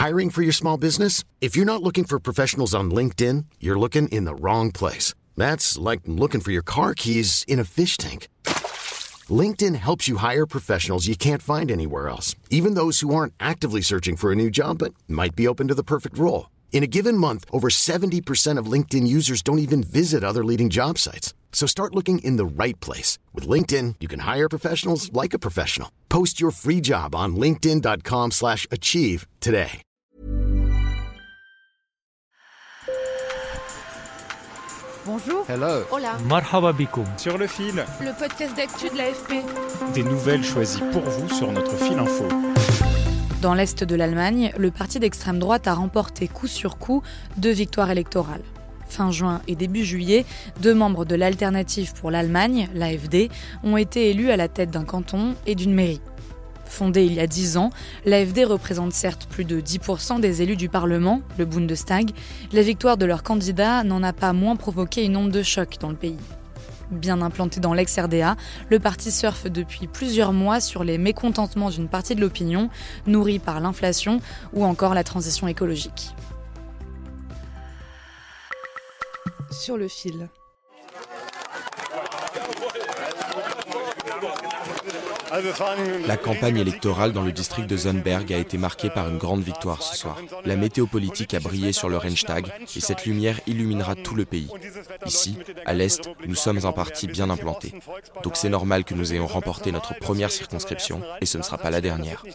Hiring for your small business? If you're not looking for professionals on LinkedIn, you're looking in the wrong place. That's like looking for your car keys in a fish tank. LinkedIn helps you hire professionals you can't find anywhere else, even those who aren't actively searching for a new job but might be open to the perfect role. In a given month, over 70% of LinkedIn users don't even visit other leading job sites. So start looking in the right place. With LinkedIn, you can hire professionals like a professional. Post your free job on linkedin.com/achieve today. Bonjour. Hello. Hola. Marhaba bikoum. Sur le fil. Le podcast d'actu de l'AFP. Des nouvelles choisies pour vous sur notre fil info. Dans l'est de l'Allemagne, le parti d'extrême droite a remporté coup sur coup 2 victoires électorales. Fin juin et début juillet, 2 membres de l'Alternative pour l'Allemagne, l'AfD, ont été élus à la tête d'un canton et d'une mairie. Fondée il y a 10 ans, l'AfD représente certes plus de 10% des élus du Parlement, le Bundestag. La victoire de leur candidat n'en a pas moins provoqué une onde de choc dans le pays. Bien implanté dans l'ex-RDA, le parti surfe depuis plusieurs mois sur les mécontentements d'une partie de l'opinion, nourrie par l'inflation ou encore la transition écologique. Sur le fil. La campagne électorale dans le district de Sonneberg a été marquée par une grande victoire ce soir. La météo politique a brillé sur le Reichstag et cette lumière illuminera tout le pays. Ici, à l'Est, nous sommes un parti bien implanté. Donc c'est normal que nous ayons remporté notre première circonscription et ce ne sera pas la dernière.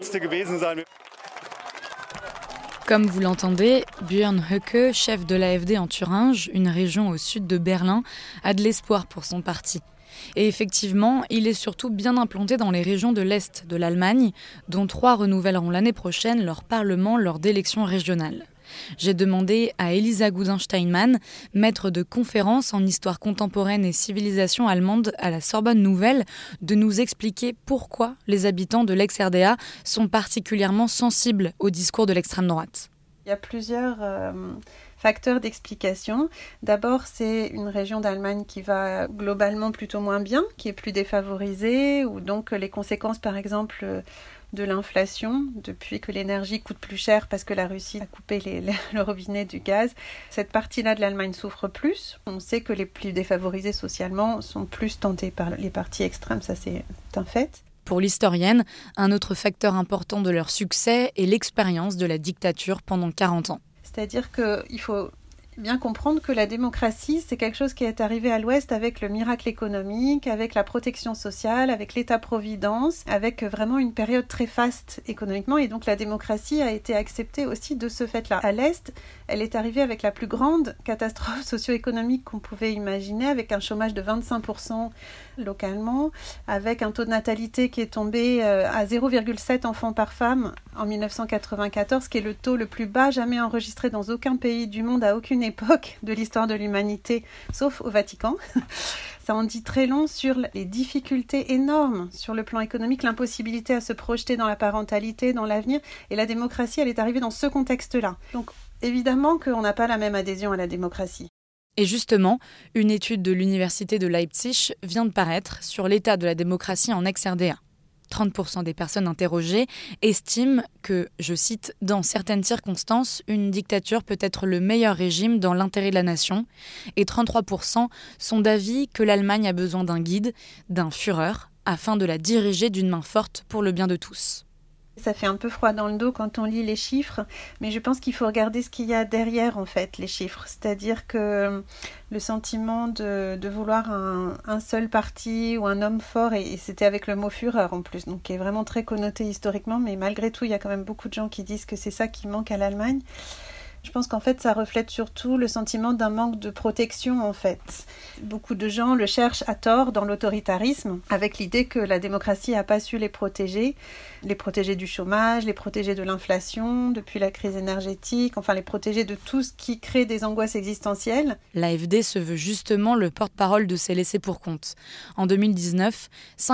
Comme vous l'entendez, Björn Höcke, chef de l'AfD en Thuringe, une région au sud de Berlin, a de l'espoir pour son parti. Et effectivement, il est surtout bien implanté dans les régions de l'Est de l'Allemagne, dont 3 renouvelleront l'année prochaine leur parlement lors d'élections régionales. J'ai demandé à Elisa Gudin-Steinmann, maître de conférences en histoire contemporaine et civilisation allemande à la Sorbonne Nouvelle, de nous expliquer pourquoi les habitants de l'ex-RDA sont particulièrement sensibles au discours de l'extrême droite. Il y a plusieurs facteurs d'explication. D'abord, c'est une région d'Allemagne qui va globalement plutôt moins bien, qui est plus défavorisée, où donc les conséquences, par exemple, de l'inflation, depuis que l'énergie coûte plus cher parce que la Russie a coupé le robinet du gaz, cette partie-là de l'Allemagne souffre plus. On sait que les plus défavorisés socialement sont plus tentés par les partis extrêmes, ça c'est un fait. Pour l'historienne, un autre facteur important de leur succès est l'expérience de la dictature pendant 40 ans. C'est-à-dire qu'il faut bien comprendre que la démocratie, c'est quelque chose qui est arrivé à l'Ouest avec le miracle économique, avec la protection sociale, avec l'État-providence, avec vraiment une période très faste économiquement. Et donc la démocratie a été acceptée aussi de ce fait-là. À l'Est, elle est arrivée avec la plus grande catastrophe socio-économique qu'on pouvait imaginer, avec un chômage de 25% localement, avec un taux de natalité qui est tombé à 0,7 enfants par femme en 1994, qui est le taux le plus bas jamais enregistré dans aucun pays du monde à aucune époque de l'histoire de l'humanité, sauf au Vatican. Ça en dit très long sur les difficultés énormes sur le plan économique, l'impossibilité à se projeter dans la parentalité, dans l'avenir. Et la démocratie, elle est arrivée dans ce contexte-là. Donc évidemment qu'on n'a pas la même adhésion à la démocratie. Et justement, une étude de l'université de Leipzig vient de paraître sur l'état de la démocratie en ex-RDA. 30% des personnes interrogées estiment que, je cite, « dans certaines circonstances, une dictature peut être le meilleur régime dans l'intérêt de la nation » et 33% sont d'avis que l'Allemagne a besoin d'un guide, d'un Führer, afin de la diriger d'une main forte pour le bien de tous. Ça fait un peu froid dans le dos quand on lit les chiffres, mais je pense qu'il faut regarder ce qu'il y a derrière, en fait, les chiffres. C'est-à-dire que le sentiment de vouloir un seul parti ou un homme fort, et c'était avec le mot Führer en plus, donc qui est vraiment très connoté historiquement, mais malgré tout, il y a quand même beaucoup de gens qui disent que c'est ça qui manque à l'Allemagne. Je pense qu'en fait, ça reflète surtout le sentiment d'un manque de protection, en fait. Beaucoup de gens le cherchent à tort dans l'autoritarisme, avec l'idée que la démocratie n'a pas su les protéger du chômage, les protéger de l'inflation, depuis la crise énergétique, enfin les protéger de tout ce qui crée des angoisses existentielles. L'AfD se veut justement le porte-parole de ces laissés-pour-compte. En 2019,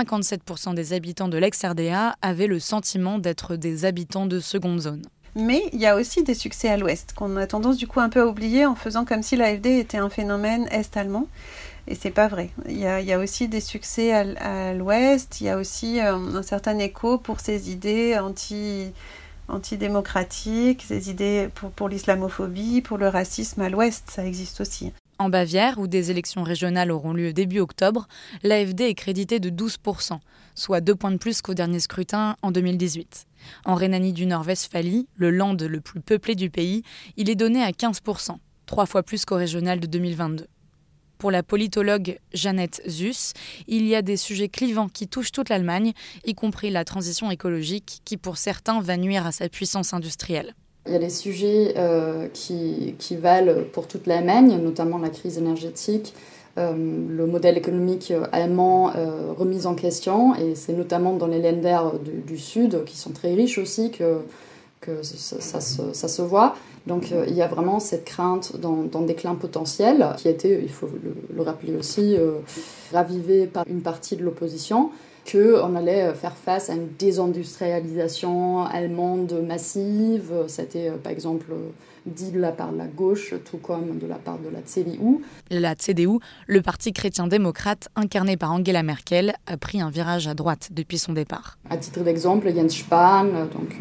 57% des habitants de l'ex-RDA avaient le sentiment d'être des habitants de seconde zone. Mais il y a aussi des succès à l'Ouest, qu'on a tendance du coup un peu à oublier en faisant comme si l'AfD était un phénomène est-allemand. Et c'est pas vrai. Il y a aussi des succès à l'Ouest, il y a aussi un certain écho pour ces idées antidémocratiques, des idées pour l'islamophobie, pour le racisme à l'ouest, ça existe aussi. En Bavière, où des élections régionales auront lieu début octobre, l'AfD est créditée de 12%, soit 2 points de plus qu'au dernier scrutin en 2018. En Rhénanie du Nord-Westphalie, le land le plus peuplé du pays, il est donné à 15%, 3 fois plus qu'au régional de 2022. Pour la politologue Jeannette Zus, il y a des sujets clivants qui touchent toute l'Allemagne, y compris la transition écologique, qui pour certains va nuire à sa puissance industrielle. Il y a des sujets qui valent pour toute l'Allemagne, notamment la crise énergétique, le modèle économique allemand remis en question, et c'est notamment dans les Länder du Sud, qui sont très riches aussi, que ça se voit. Donc il y a vraiment cette crainte d'un déclin potentiel, qui a été, il faut le rappeler aussi, ravivée par une partie de l'opposition, qu'on allait faire face à une désindustrialisation allemande massive. C'était par exemple dit de la part de la gauche, tout comme de la part de la CDU. La CDU, le parti chrétien-démocrate incarné par Angela Merkel, a pris un virage à droite depuis son départ. À titre d'exemple, Jens Spahn, donc,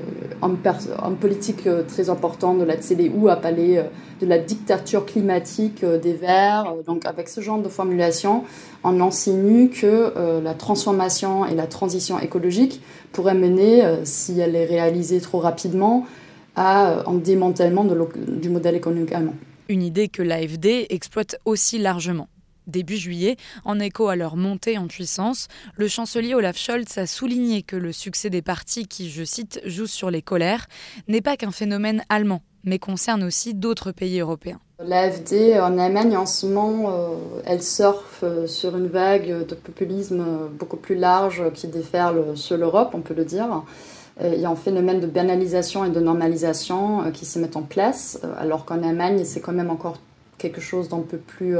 un politique très important de la CDU, a parlé de la dictature climatique des Verts. Donc avec ce genre de formulation, on insinue que la transformation et la transition écologique pourraient mener, si elle est réalisée trop rapidement, à un démantèlement du modèle économique allemand. Une idée que l'AfD exploite aussi largement. Début juillet, en écho à leur montée en puissance, le chancelier Olaf Scholz a souligné que le succès des partis qui, je cite, jouent sur les colères, n'est pas qu'un phénomène allemand, mais concerne aussi d'autres pays européens. L'AfD en Allemagne, en ce moment, elle surfe sur une vague de populisme beaucoup plus large qui déferle sur l'Europe, on peut le dire. Il y a un phénomène de banalisation et de normalisation qui se met en place, alors qu'en Allemagne, c'est quand même encore quelque chose d'un peu plus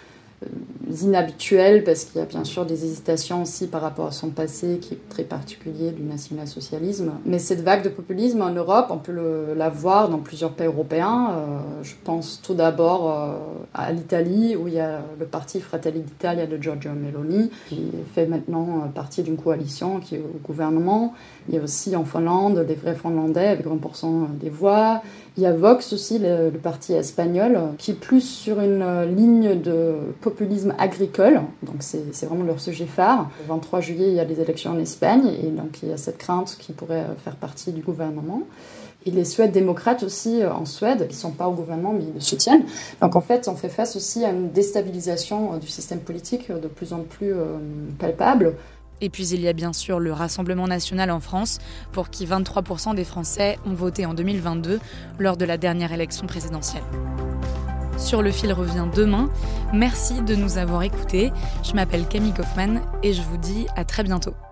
inhabituel, parce qu'il y a bien sûr des hésitations aussi par rapport à son passé qui est très particulier du national-socialisme. Mais cette vague de populisme en Europe, on peut la voir dans plusieurs pays européens. Je pense tout d'abord à l'Italie, où il y a le parti Fratelli d'Italia de Giorgia Meloni, qui fait maintenant partie d'une coalition qui est au gouvernement. Il y a aussi en Finlande les vrais Finlandais avec 20% des voix. Il y a Vox aussi, le parti espagnol, qui est plus sur une ligne de populisme agricole. Donc c'est vraiment leur sujet phare. Le 23 juillet, il y a les élections en Espagne, et donc il y a cette crainte qui pourrait faire partie du gouvernement. Et les Suèdes démocrates aussi en Suède, qui ne sont pas au gouvernement mais ils le soutiennent. Donc en fait, on fait face aussi à une déstabilisation du système politique de plus en plus palpable. Et puis il y a bien sûr le Rassemblement national en France, pour qui 23% des Français ont voté en 2022 lors de la dernière élection présidentielle. Sur le fil revient demain. Merci de nous avoir écoutés. Je m'appelle Camille Kaufmann et je vous dis à très bientôt.